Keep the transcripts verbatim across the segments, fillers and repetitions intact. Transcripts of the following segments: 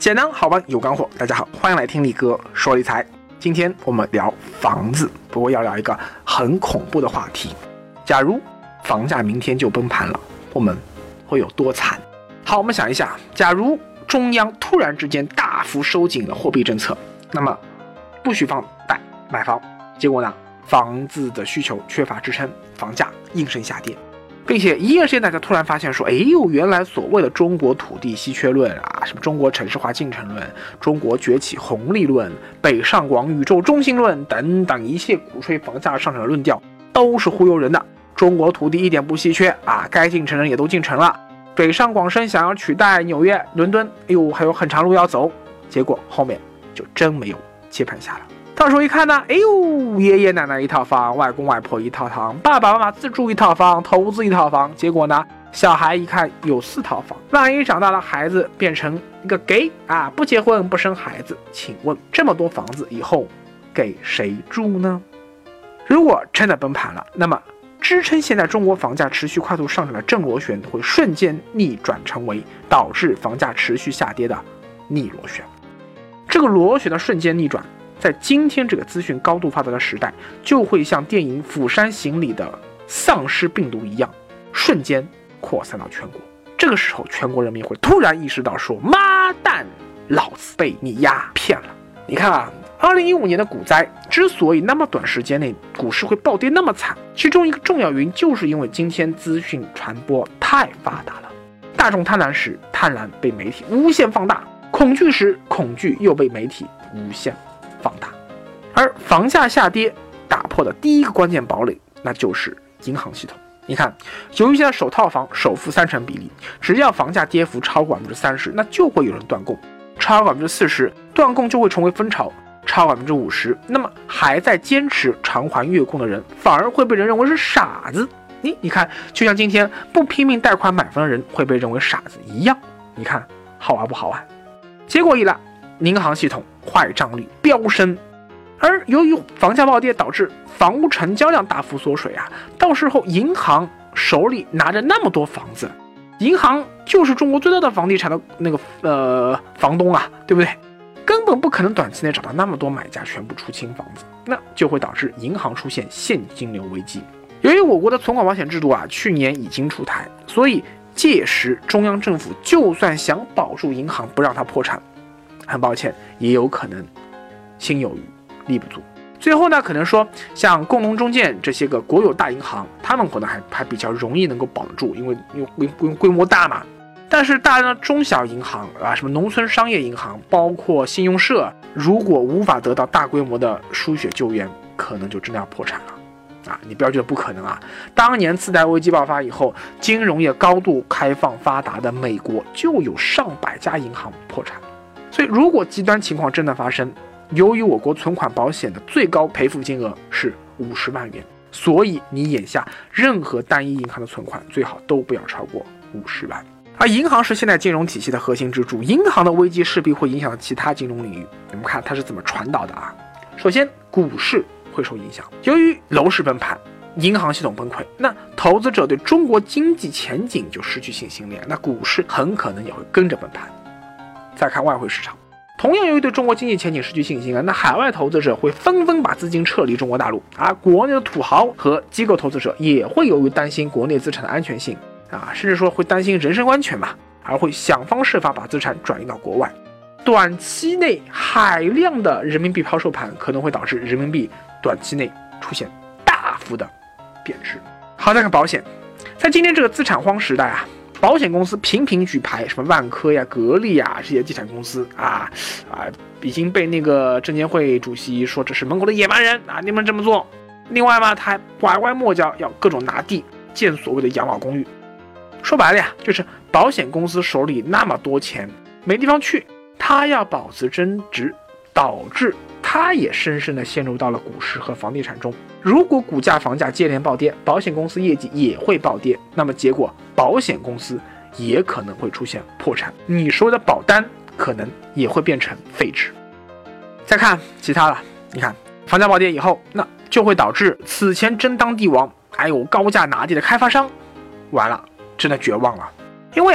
简单好玩有干货，大家好，欢迎来听力哥说理财。今天我们聊房子，不过要聊一个很恐怖的话题。假如房价明天就崩盘了，我们会有多惨？好，我们想一下，假如中央突然之间大幅收紧了货币政策，那么不许放贷买房，结果呢，房子的需求缺乏支撑，房价应声下跌。并且一夜之间大家突然发现说，哎呦，原来所谓的中国土地稀缺论啊，什么中国城市化进程论、中国崛起红利论、北上广宇宙中心论等等一切鼓吹房价上涨的论调都是忽悠人的。中国土地一点不稀缺啊，该进城人也都进城了。北上广深想要取代纽约、伦敦，哎呦，还有很长路要走。结果后面就真没有接盘侠了。到时候一看呢，哎呦，爷爷奶奶一套房，外公外婆一套房，爸爸妈妈自住一套房，投资一套房。结果呢，小孩一看有四套房，万一长大了孩子变成一个 gay 啊，不结婚不生孩子，请问这么多房子以后给谁住呢？如果真的崩盘了，那么支撑现在中国房价持续快速上涨的正螺旋会瞬间逆转成为导致房价持续下跌的逆螺旋。这个螺旋的瞬间逆转，在今天这个资讯高度发达的时代，就会像电影《釜山行》里的丧尸病毒一样，瞬间扩散到全国。这个时候，全国人民会突然意识到说：“妈蛋，老子被你丫骗了！”你看啊，二零一五年的股灾之所以那么短时间内股市会暴跌那么惨，其中一个重要原因就是因为今天资讯传播太发达了。大众贪婪时，贪婪被媒体无限放大；恐惧时，恐惧又被媒体无限放大。而房价下跌打破的第一个关键堡垒，那就是银行系统。你看，由于现在首套房首付三成比例，只要房价跌幅超过百分之三十，那就会有人断供；超过百分之四十，断供就会成为风潮；超过百分之五十，那么还在坚持偿还月供的人，反而会被人认为是傻子。你你看，就像今天不拼命贷款买房的人会被认为傻子一样。你看好玩不好玩？结果一来，银行系统坏账率飙升，而由于房价暴跌导致房屋成交量大幅缩水啊，到时候银行手里拿着那么多房子，银行就是中国最大的房地产的那个呃房东啊，对不对？根本不可能短期内找到那么多买家全部出清房子，那就会导致银行出现现金流危机。由于我国的存款保险制度啊，去年已经出台，所以届时中央政府就算想保住银行不让它破产，很抱歉，也有可能心有余力不足。最后呢，可能说像工农中建这些个国有大银行，他们可能还还比较容易能够保得住，因为因为规规模大嘛。但是大量的中小银行啊，什么农村商业银行，包括信用社，如果无法得到大规模的输血救援，可能就真的要破产了。啊，你不要觉得不可能啊！当年次贷危机爆发以后，金融业高度开放发达的美国就有上百家银行破产。所以，如果极端情况真的发生，由于我国存款保险的最高赔付金额是五十万元，所以你眼下任何单一银行的存款最好都不要超过五十万。而银行是现代金融体系的核心支柱，银行的危机势必会影响到其他金融领域。我们看它是怎么传导的啊？首先，股市会受影响。由于楼市崩盘，银行系统崩溃，那投资者对中国经济前景就失去信心了，那股市很可能也会跟着崩盘。再看外汇市场，同样由于对中国经济前景失去信心了，那海外投资者会纷纷把资金撤离中国大陆，而国内的土豪和机构投资者也会由于担心国内资产的安全性啊，甚至说会担心人身安全嘛，而会想方设法把资产转移到国外。短期内海量的人民币抛售盘可能会导致人民币短期内出现大幅的贬值。好，再看保险，在今天这个资产荒时代啊，保险公司频频举牌，什么万科呀、格力呀这些地产公司啊啊，已经被那个证监会主席说这是门口的野蛮人啊，你们这么做。另外嘛，他还拐弯抹角要各种拿地建所谓的养老公寓。说白了呀，就是保险公司手里那么多钱没地方去，他要保持增值，导致他也深深地陷入到了股市和房地产中。如果股价房价接连暴跌，保险公司业绩也会暴跌，那么结果保险公司也可能会出现破产，你说的保单可能也会变成废纸。再看其他了，你看房价暴跌以后，那就会导致此前争当地王还有高价拿地的开发商完了真的绝望了。因为啊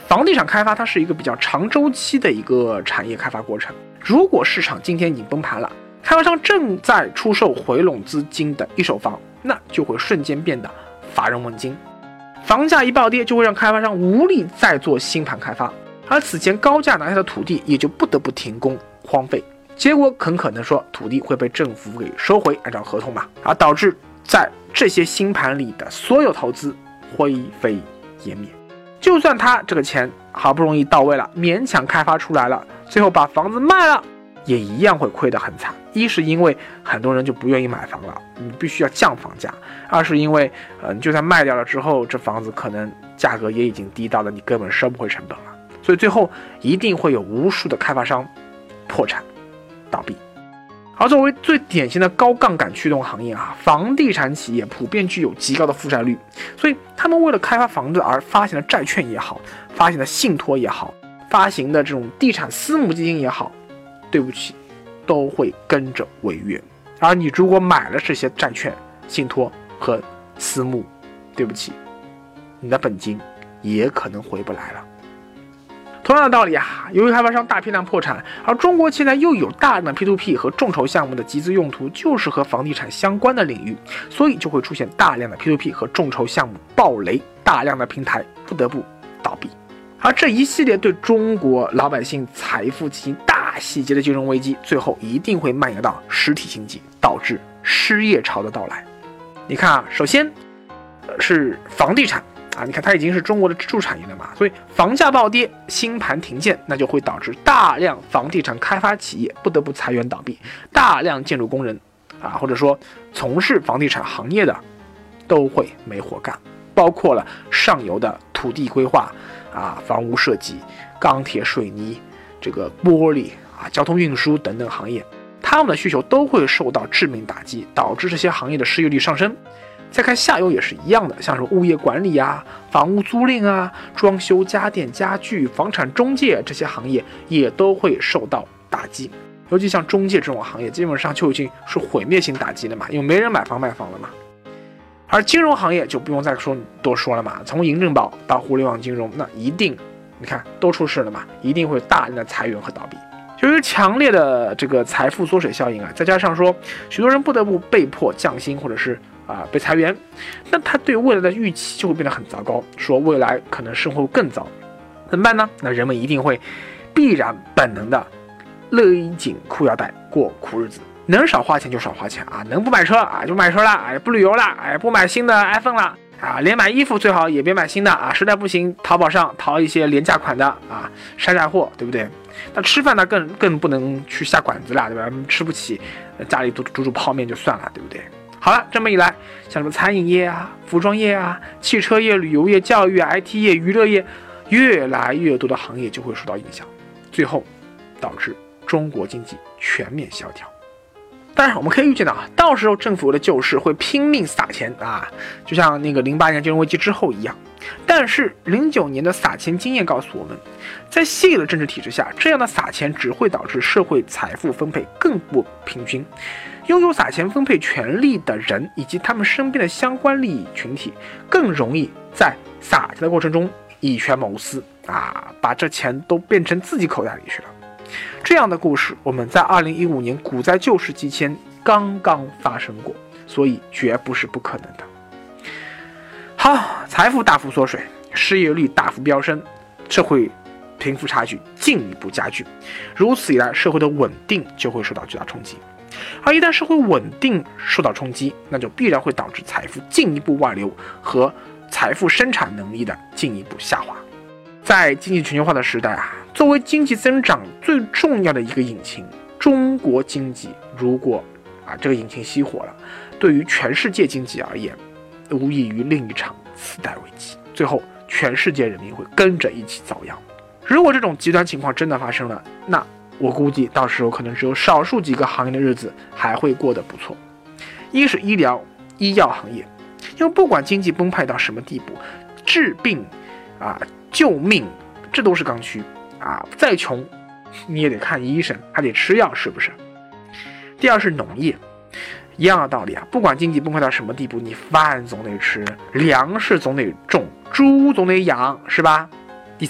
房地产开发它是一个比较长周期的一个产业开发过程。如果市场今天已经崩盘了，开发商正在出售回笼资金的一手房，那就会瞬间变得乏人问津。房价一暴跌，就会让开发商无力再做新盘开发，而此前高价拿下的土地也就不得不停工荒废，结果很可能说土地会被政府给收回，按照合同嘛，而导致在这些新盘里的所有投资灰飞烟灭。就算他这个钱好不容易到位了，勉强开发出来了，最后把房子卖了，也一样会亏得很惨。一是因为很多人就不愿意买房了，你必须要降房价；二是因为，呃，就算卖掉了之后，这房子可能价格也已经低到了你根本收不回成本了。所以最后一定会有无数的开发商破产倒闭。而作为最典型的高杠杆驱动行业啊，房地产企业普遍具有极高的负债率，所以他们为了开发房子而发行的债券也好，发行的信托也好，发行的这种地产私募基金也好，对不起，都会跟着违约。而你如果买了这些债券、信托和私募，对不起，你的本金也可能回不来了。同样的道理啊，由于开发商大批量破产，而中国现在又有大量的 P to P 和众筹项目的集资用途就是和房地产相关的领域，所以就会出现大量的 P to P 和众筹项目爆雷，大量的平台不得不倒闭。而这一系列对中国老百姓财富进行大洗劫的金融危机，最后一定会蔓延到实体经济，导致失业潮的到来。你看啊，首先是房地产啊，你看它已经是中国的支柱产业了嘛，所以房价暴跌，新盘停建，那就会导致大量房地产开发企业不得不裁员倒闭，大量建筑工人啊，或者说从事房地产行业的都会没活干，包括了上游的土地规划啊、房屋设计、钢铁、水泥、这个玻璃啊、交通运输等等行业，他们的需求都会受到致命打击，导致这些行业的失业率上升。再看下游也是一样的，像是物业管理啊、房屋租赁啊、装修家电家具、房产中介这些行业也都会受到打击。尤其像中介这种行业，基本上就已经是毁灭性打击了嘛，因为没人买房卖房了嘛。而金融行业就不用再说多说了嘛，从银证宝到互联网金融，那一定你看都出事了嘛，一定会有大量的裁员和倒闭。由于强烈的这个财富缩水效应啊，再加上说许多人不得不被迫降薪或者是啊被裁员，那他对未来的预期就会变得很糟糕，说未来可能生活更糟，怎么办呢？那人们一定会必然本能的勒紧裤腰带过苦日子，能少花钱就少花钱啊，能不买车啊就买车了，哎不旅游了，哎不买新的 iPhone 了啊，连买衣服最好也别买新的啊，实在不行淘宝上淘一些廉价款的啊，山寨货，对不对？那吃饭呢更更不能去下馆子了，对吧？吃不起，家里煮煮煮泡面就算了，对不对？好了，这么一来，像什么餐饮业啊、服装业啊、汽车业、旅游业、教育、I T 业、娱乐业，越来越多的行业就会受到影响，最后导致中国经济全面萧条。当然我们可以预见到，到时候政府的救市会拼命撒钱啊，就像那个零八年金融危机之后一样。但是零九年的撒钱经验告诉我们，在现有的政治体制下，这样的撒钱只会导致社会财富分配更不平均，拥有撒钱分配权利的人以及他们身边的相关利益群体更容易在撒钱的过程中以权谋私啊，把这钱都变成自己口袋里去了。这样的故事我们在二零一五年股灾救市期间刚刚发生过，所以绝不是不可能的。好，财富大幅缩水，失业率大幅飙升，社会贫富差距进一步加剧，如此一来，社会的稳定就会受到巨大冲击。而一旦社会稳定受到冲击，那就必然会导致财富进一步外流和财富生产能力的进一步下滑。在经济全球化的时代啊，作为经济增长最重要的一个引擎，中国经济如果啊这个引擎熄火了，对于全世界经济而言，无异于另一场次贷危机，最后全世界人民会跟着一起遭殃。如果这种极端情况真的发生了，那我估计到时候可能只有少数几个行业的日子还会过得不错。一是医疗医药行业，因为不管经济崩坏到什么地步，治病啊救命这都是刚需啊，再穷你也得看医生，还得吃药，是不是？第二是农业，一样的道理啊，不管经济崩溃到什么地步，你饭总得吃，粮食总得种，猪总得养，是吧？第三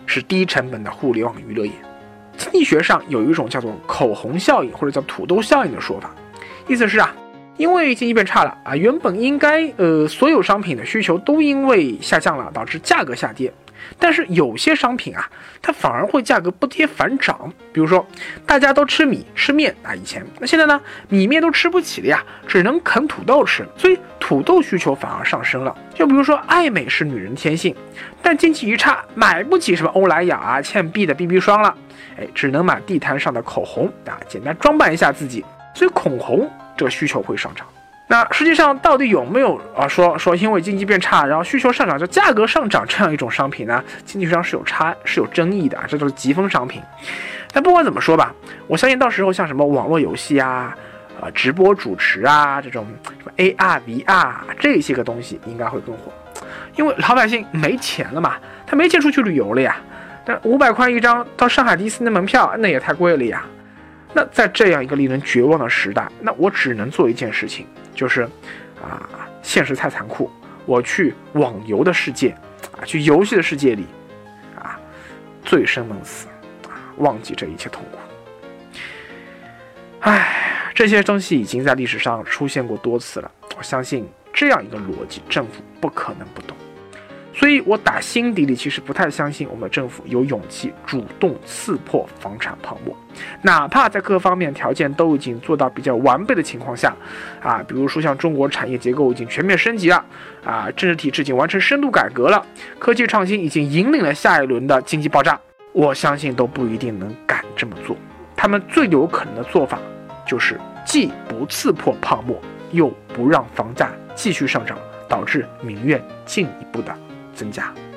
是低成本的互联网娱乐业。经济学上有一种叫做口红效应或者叫土豆效应的说法，意思是啊，因为经济变差了啊，原本应该呃所有商品的需求都因为下降了，导致价格下跌。但是有些商品啊，它反而会价格不跌反涨。比如说，大家都吃米吃面啊，以前那现在呢，米面都吃不起了呀，只能啃土豆吃，所以土豆需求反而上升了。就比如说，爱美是女人天性，但经济一差，买不起什么欧莱雅啊、倩碧的 B B 霜了，哎，只能买地摊上的口红啊，简单装扮一下自己。所以口红这个需求会上涨。那实际上到底有没有啊说说因为经济变差，然后需求上涨就价格上涨这样一种商品呢？经济学上是有差是有争议的啊，这都是疾风商品。但不管怎么说吧，我相信到时候像什么网络游戏啊、呃直播主持啊这种什么 A R、V R 这些个东西应该会更火，因为老百姓没钱了嘛，他没钱出去旅游了呀。但五百块一张到上海迪士尼的门票，那也太贵了呀。那在这样一个令人绝望的时代，那我只能做一件事情，就是啊，现实太残酷，我去网游的世界啊，去游戏的世界里啊，醉生梦死啊，忘记这一切痛苦。唉，这些东西已经在历史上出现过多次了，我相信这样一个逻辑，政府不可能不懂。所以我打心底里其实不太相信我们政府有勇气主动刺破房产泡沫，哪怕在各方面条件都已经做到比较完备的情况下，啊，比如说像中国产业结构已经全面升级了，啊，政治体制已经完成深度改革了，科技创新已经引领了下一轮的经济爆炸，我相信都不一定能敢这么做。他们最有可能的做法就是既不刺破泡沫，又不让房价继续上涨，导致民怨进一步的增加。